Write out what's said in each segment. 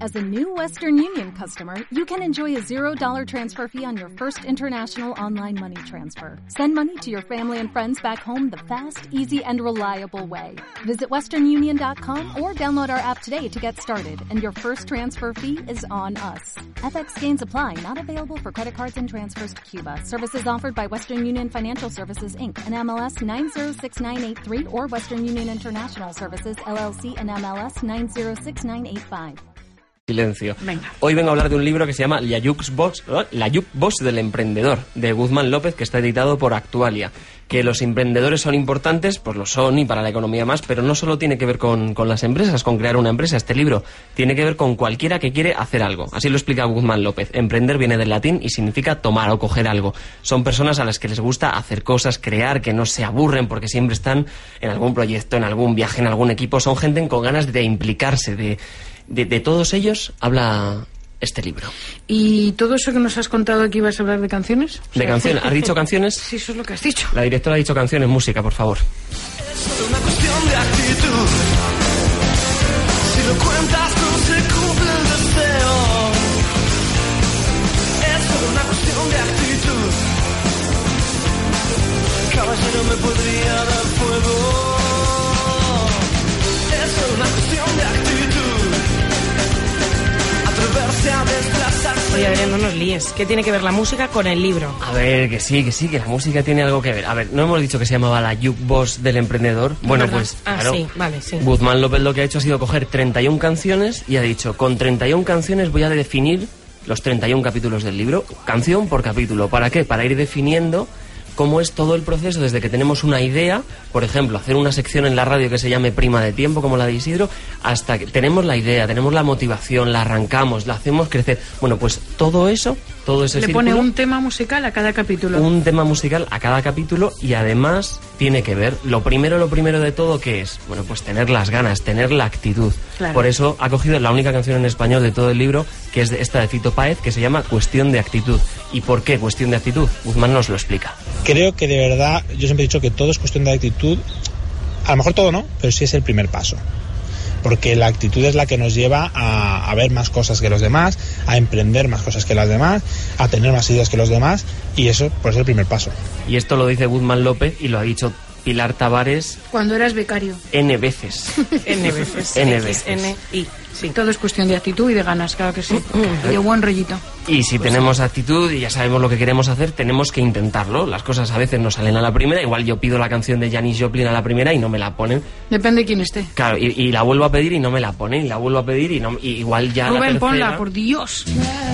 As a new Western Union customer, you can enjoy a $0 transfer fee on your first international online money transfer. Send money to your family and friends back home the fast, easy, and reliable way. Visit westernunion.com or download our app today to get started, and your first transfer fee is on us. FX gains apply, not available for credit cards and transfers to Cuba. Services offered by Western Union Financial Services, Inc., and MLS 906983, or Western Union International Services, LLC, and MLS 906985. Silencio. Venga. Hoy vengo a hablar de un libro que se llama La Jukebox del emprendedor, de Guzmán López, que está editado por Actualia. Que los emprendedores son importantes, pues lo son, y para la economía más, pero no solo tiene que ver con las empresas, con crear una empresa. Este libro tiene que ver con cualquiera que quiere hacer algo. Así lo explica Guzmán López. Emprender viene del latín y significa tomar o coger algo. Son personas a las que les gusta hacer cosas, crear, que no se aburren porque siempre están en algún proyecto, en algún viaje, en algún equipo. Son gente con ganas de implicarse, de todos ellos habla este libro. ¿Y todo eso que nos has contado que ibas a hablar de canciones? ¿De canciones? ¿Has dicho canciones? Sí, eso es lo que has dicho. La directora ha dicho canciones, música, por favor. Es una cuestión de actitud. Si lo cuentas no se cumple el deseo. Es solo una cuestión de actitud. Caballero me podría dar fuego. Es solo una cuestión de actitud. Oye, Adrián, no nos líes. ¿Qué tiene que ver la música con el libro? A ver, que sí, que la música tiene algo que ver. A ver, ¿no hemos dicho que se llamaba La Jukebox del emprendedor? Bueno, ¿verdad? pues Ah, claro, sí, vale, sí. Guzmán López lo que ha hecho ha sido coger 31 canciones y ha dicho, con 31 canciones voy a definir los 31 capítulos del libro, canción por capítulo. ¿Para qué? Para ir definiendo cómo es todo el proceso desde que tenemos una idea, por ejemplo, hacer una sección en la radio que se llame Prima de Tiempo, como la de Isidro, hasta que tenemos la idea, tenemos la motivación, la arrancamos, la hacemos crecer. Bueno, pues todo eso, todo ese círculo... Le pone un tema musical a cada capítulo. Un tema musical a cada capítulo y además tiene que ver, lo primero de todo, ¿qué es? Bueno, pues tener las ganas, tener la actitud. Claro. Por eso ha cogido la única canción en español de todo el libro, que es esta de Fito Páez, que se llama Cuestión de Actitud. ¿Y por qué Cuestión de Actitud? Guzmán nos lo explica. Creo que de verdad, yo siempre he dicho que todo es cuestión de actitud. A lo mejor todo no, pero sí es el primer paso. Porque la actitud es la que nos lleva a ver más cosas que los demás, a emprender más cosas que las demás, a tener más ideas que los demás, y eso pues es el primer paso. Y esto lo dice Guzmán López y lo ha dicho Pilar Tavares Cuando eras becario. N veces. N veces. N veces. N-I. Sí. Todo es cuestión de actitud y de ganas, claro que sí. Y de buen rollito. Y si tenemos actitud y ya sabemos lo que queremos hacer, tenemos que intentarlo. Las cosas a veces no salen a la primera. Igual yo pido la canción de Janis Joplin a la primera y no me la ponen. Depende de quién esté. Claro, y la vuelvo a pedir y no me la ponen. Y la vuelvo a pedir y no, y igual ya Rubén, la tercera... ponla, por Dios.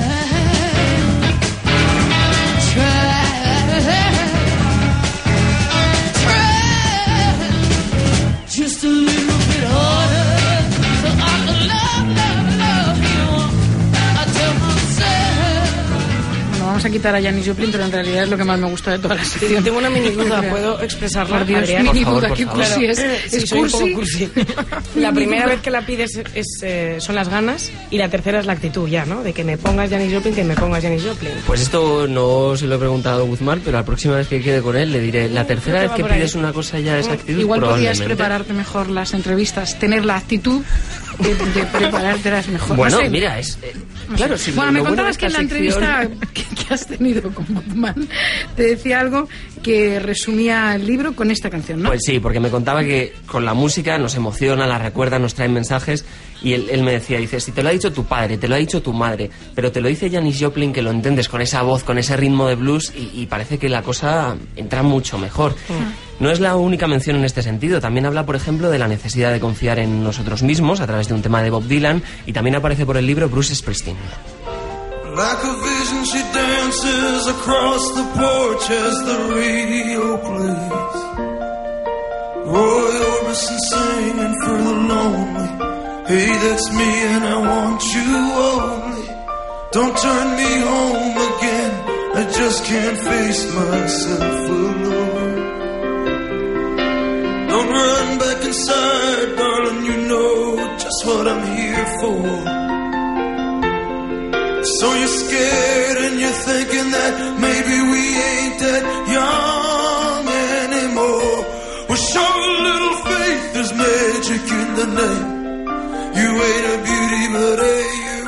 Just a little bit harder, so I can love you. I tell myself. Bueno, vamos a quitar a Janis Joplin, pero en realidad es lo que más me gusta de toda la sección. Tengo una mini duda, ¿puedo expresarla? Por Dios, Adrián? mini Por favor, duda, por qué favor. cursi es. Sí, ¿Es soy un poco cursi? cursi. La primera vez que la pides son las ganas y la tercera es la actitud ya, ¿no? De que me pongas Janis Joplin, que me pongas Janis Joplin. Pues esto no se lo he preguntado a Guzmán, pero la próxima vez que quede con él le diré, la tercera vez que pides una cosa ya es actitud. Igual podías probablemente. prepararte mejor las entrevistas, tener la actitud de preparártelas mejor. Bueno, No sé. mira, claro, si Bueno, lo me bueno de contabas que en esta la sección- entrevista que has tenido con Guzmán te decía algo que resumía el libro con esta canción, ¿no? Pues sí, porque me contaba que con la música nos emociona, la recuerda, nos trae mensajes. Y él me decía, dice, si te lo ha dicho tu padre, te lo ha dicho tu madre, pero te lo dice Janis Joplin, que lo entiendes con esa voz, con ese ritmo de blues, y parece que la cosa entra mucho mejor. No es la única mención en este sentido. También habla, por ejemplo, de la necesidad de confiar en nosotros mismos a través de un tema de Bob Dylan, y también aparece por el libro Bruce Springsteen. Like a vision, she dances across the porch as the radio plays. Roy Orbison singing for the lonely. Hey, that's me and I want you only. Don't turn me home again, I just can't face myself alone. Don't run back inside, darling, you know just what I'm here for. So you're scared and you're thinking that maybe we ain't that young anymore. Well, show a little faith, there's magic in the name. You ain't a beauty, but hey, you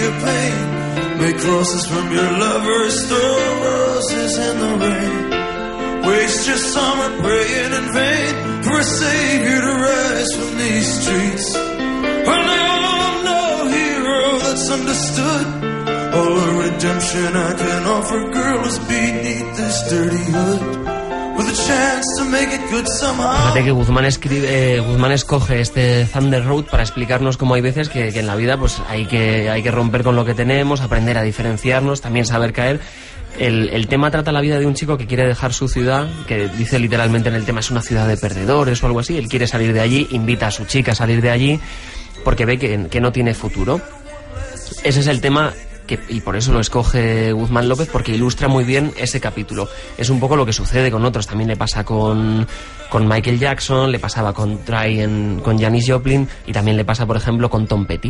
your pain. Make crosses from your lovers, throw roses in the rain. Waste your summer praying in vain for a savior to rise from these streets. Well, now I'm no hero that's understood. All the redemption I can offer, girl, is beneath this dirty hood. With a chance to make it good somehow. Fíjate que Guzmán escoge este Thunder Road para explicarnos cómo hay veces que en la vida pues hay que romper con lo que tenemos, aprender a diferenciarnos, también saber caer. El tema trata la vida de un chico que quiere dejar su ciudad, que dice literalmente en el tema es una ciudad de perdedores o algo así. Él quiere salir de allí, invita a su chica a salir de allí porque ve que no tiene futuro. Ese es el tema y por eso lo escoge Guzmán López, porque ilustra muy bien ese capítulo. Es un poco lo que sucede con otros. También le pasa con Michael Jackson, le pasaba con con Janis Joplin y también le pasa, por ejemplo, con Tom Petty.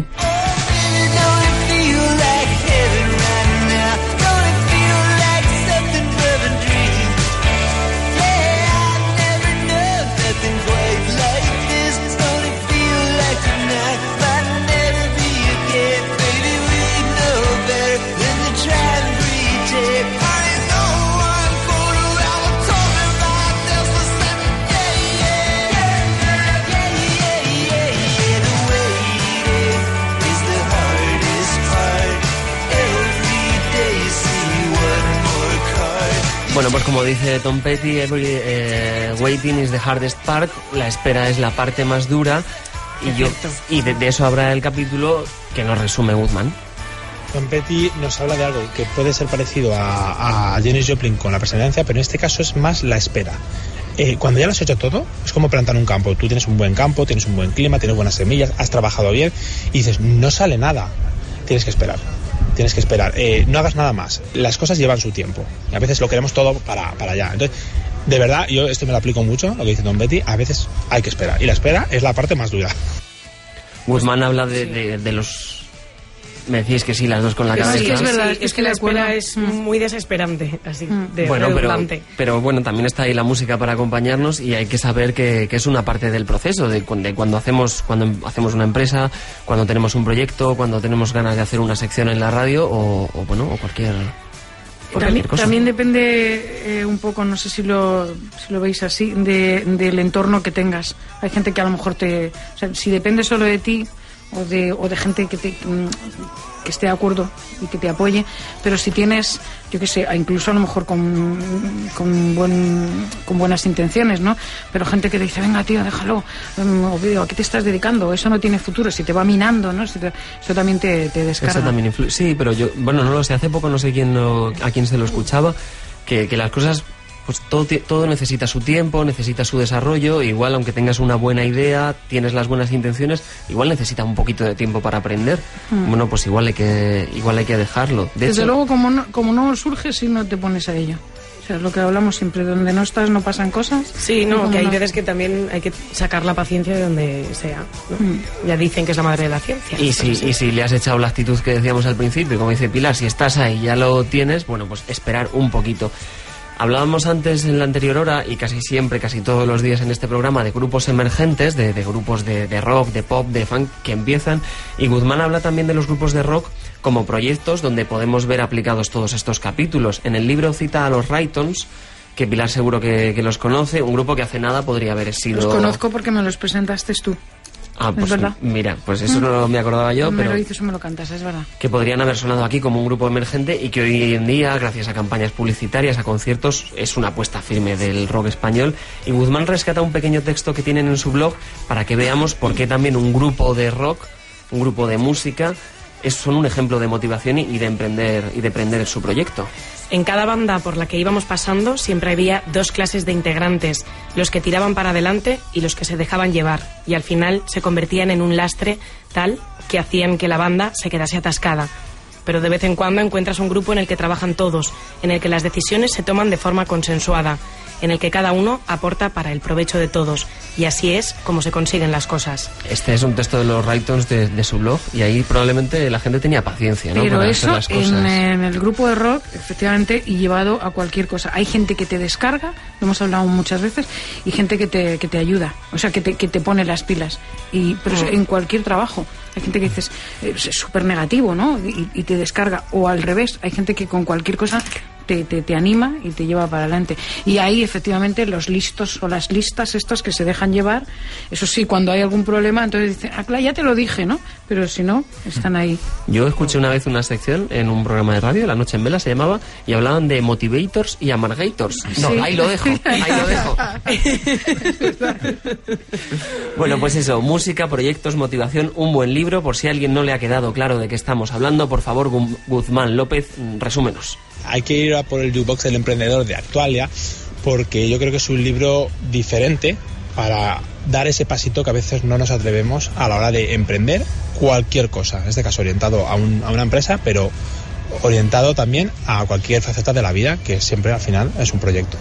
Bueno, pues como dice Tom Petty, waiting is the hardest part, la espera es la parte más dura, y de eso habrá el capítulo que nos resume Guzmán. Tom Petty nos habla de algo que puede ser parecido a Janis Joplin con la perseverancia, pero en este caso es más la espera. Cuando ya lo has hecho todo, es como plantar un campo. Tú tienes un buen campo, tienes un buen clima, tienes buenas semillas, has trabajado bien y dices, no sale nada, tienes que esperar. No hagas nada más. Las cosas llevan su tiempo y a veces lo queremos todo para allá. Entonces, de verdad, yo esto me lo aplico mucho, lo que dice Tom Petty, a veces hay que esperar y la espera es la parte más dura. Guzmán habla de los... Me decís que sí, las dos con la cabeza. Sí, es verdad, es que la espera es muy desesperante, así, redundante. Pero bueno, también está ahí la música para acompañarnos y hay que saber que es una parte del proceso, de cuando hacemos una empresa, cuando tenemos un proyecto, cuando tenemos ganas de hacer una sección en la radio o cualquier cosa. También depende un poco, no sé si lo veis así, del entorno que tengas. Hay gente que a lo mejor si depende solo de ti, o de gente que esté de acuerdo y que te apoye, pero si tienes, yo qué sé, incluso a lo mejor con buenas intenciones, ¿no? Pero gente que te dice, venga tío, déjalo, ¿a qué te estás dedicando? Eso no tiene futuro, si te va minando, ¿no? Eso también te descarga. Eso también influye, sí, pero yo, no lo sé, hace poco no sé a quién se lo escuchaba, que las cosas... Pues todo necesita su tiempo, necesita su desarrollo. Igual, aunque tengas una buena idea, tienes las buenas intenciones, igual necesita un poquito de tiempo para aprender. Bueno, pues igual hay que dejarlo. Desde luego, como no surge si no te pones a ello. O sea, es lo que hablamos siempre, donde no estás no pasan cosas. Sí, que hay veces que también hay que sacar la paciencia de donde sea, ¿no? Ya dicen que es la madre de la ciencia. Y si le has echado la actitud que decíamos al principio, como dice Pilar, si estás ahí ya lo tienes, bueno, pues esperar un poquito. Hablábamos antes en la anterior hora y casi todos los días en este programa de grupos emergentes, de grupos de rock, de pop, de funk que empiezan, y Guzmán habla también de los grupos de rock como proyectos donde podemos ver aplicados todos estos capítulos. En el libro cita a los Raytons, que Pilar seguro que los conoce, un grupo que hace nada podría haber sido... Los conozco porque me los presentaste tú. Ah, pues mira, pues eso no me acordaba yo, me pero... lo dices o me lo cantas, es verdad. Que podrían haber sonado aquí como un grupo emergente y que hoy en día, gracias a campañas publicitarias, a conciertos, es una apuesta firme del rock español. Y Guzmán rescata un pequeño texto que tienen en su blog para que veamos por qué también un grupo de rock, un grupo de música, son un ejemplo de motivación y de emprender su proyecto. En cada banda por la que íbamos pasando siempre había dos clases de integrantes, los que tiraban para adelante y los que se dejaban llevar, y al final se convertían en un lastre tal que hacían que la banda se quedase atascada. Pero de vez en cuando encuentras un grupo en el que trabajan todos, en el que las decisiones se toman de forma consensuada, en el que cada uno aporta para el provecho de todos. Y así es como se consiguen las cosas. Este es un texto de los Writons de su blog, y ahí probablemente la gente tenía paciencia, ¿no? Pero para eso hacer las cosas. en el grupo de rock, efectivamente, y llevado a cualquier cosa. Hay gente que te descarga, lo hemos hablado muchas veces, y gente que te ayuda, o sea, que te pone las pilas. Pero en cualquier trabajo. Hay gente que dices, es súper negativo, ¿no? Y te descarga. O al revés, hay gente que con cualquier cosa te anima y te lleva para adelante. Y ahí, efectivamente, los listos o las listas estos que se dejan llevar, eso sí, cuando hay algún problema, entonces dicen, claro, ya te lo dije, ¿no? Pero si no, están ahí. Yo escuché una vez una sección en un programa de radio, La Noche en Vela se llamaba, y hablaban de motivators y amargators. No, Sí. ahí lo dejo. Bueno, pues eso, música, proyectos, motivación, un buen libro. Por si a alguien no le ha quedado claro de qué estamos hablando, por favor, Guzmán López, resúmenos. Hay que ir a por el Jukebox del Emprendedor de Actualia, porque yo creo que es un libro diferente para dar ese pasito que a veces no nos atrevemos a la hora de emprender cualquier cosa. En este caso orientado a una empresa, pero orientado también a cualquier faceta de la vida, que siempre al final es un proyecto.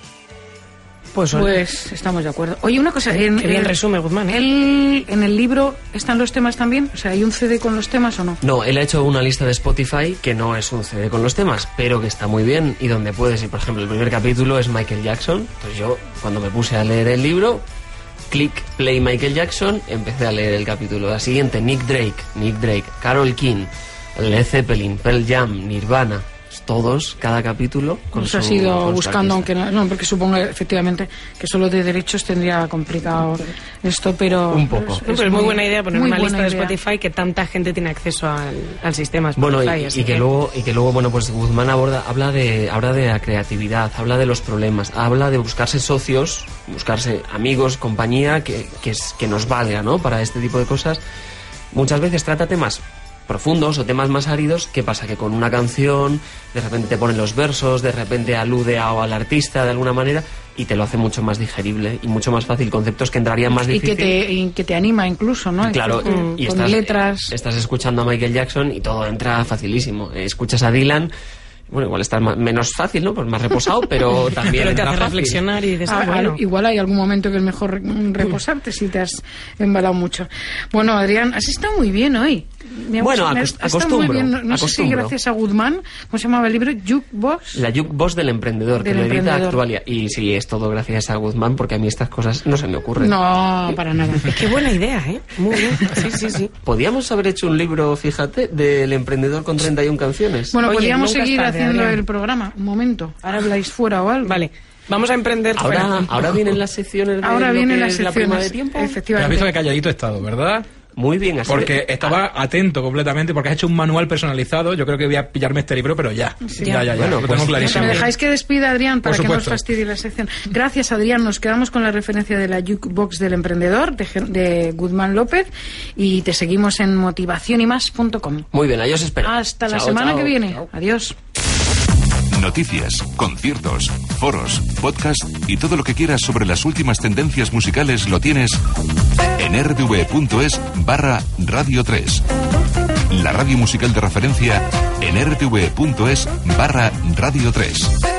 Pues estamos de acuerdo. Oye, una cosa, Qué bien resume, Guzmán, ¿eh? ¿En el libro están los temas también? O sea, ¿hay un CD con los temas o no? No, él ha hecho una lista de Spotify que no es un CD con los temas, pero que está muy bien y donde puedes ir. Por ejemplo, el primer capítulo es Michael Jackson. Entonces yo, cuando me puse a leer el libro, clic, play Michael Jackson, empecé a leer el capítulo. La siguiente, Nick Drake, Carole King, Led Zeppelin, Pearl Jam, Nirvana. Todos, cada capítulo. Pues has ido buscando, aunque no, porque supongo efectivamente que solo de derechos tendría complicado esto, pero... Un poco. Pero es muy buena idea poner muy una lista de buena idea. Spotify que tanta gente tiene acceso al sistema Bueno, Spotify. y que luego, bueno, pues Guzmán habla de la creatividad, habla de los problemas, habla de buscarse socios, buscarse amigos, compañía que nos valga, ¿no? Para este tipo de cosas. Muchas veces trata temas profundos o temas más áridos. ¿Qué pasa? Que con una canción de repente te ponen los versos, de repente alude al artista de alguna manera y te lo hace mucho más digerible y mucho más fácil, conceptos que entrarían más difícil. Y que te anima incluso, ¿no? Claro, y con letras. Estás escuchando a Michael Jackson y todo entra facilísimo. Escuchas a Dylan, bueno, igual está menos fácil, ¿no? Pues más reposado, pero también pero te entra hace fácil. reflexionar y dices, bueno. Igual hay algún momento que es mejor reposarte si te has embalado mucho. Bueno, Adrián, has estado muy bien hoy. Bueno, has estado muy bien. No sé si gracias a Guzmán, ¿cómo se llamaba el libro? Jukebox. La Jukebox del Emprendedor, que lo edita Actualia. Y sí, es todo gracias a Guzmán, porque a mí estas cosas no se me ocurren. No, para nada. Qué buena idea, ¿eh? Muy bien. Sí. Podíamos haber hecho un libro, fíjate, del Emprendedor con 31 canciones. Bueno, Oye, podríamos nunca es seguir tarde, haciendo Adrián. el programa. Un momento. Ahora habláis fuera o algo. Vale. Vamos a emprender fuera. Ahora vienen las secciones de Ahora lo vienen que las es la prima de secciones. tiempo. Me has Efectivamente. visto que calladito he estado, ¿verdad? Muy bien, así Porque estaba atento completamente, porque has hecho un manual personalizado. Yo creo que voy a pillarme este libro, pero ya. Ya. Bueno, Lo pues, tengo clarísimo. ¿Me dejáis que despida, Adrián, para Por que no os supuesto. fastidie la sección? Gracias, Adrián. Nos quedamos con la referencia de la Jukebox del Emprendedor de Guzmán López y te seguimos en motivacionymas.com. Muy bien, ahí os espero. Hasta la Chao, semana chao. que viene. Chao. Adiós. Noticias, conciertos, foros, podcast y todo lo que quieras sobre las últimas tendencias musicales lo tienes en rtv.es/Radio 3. La radio musical de referencia en rtv.es/Radio 3.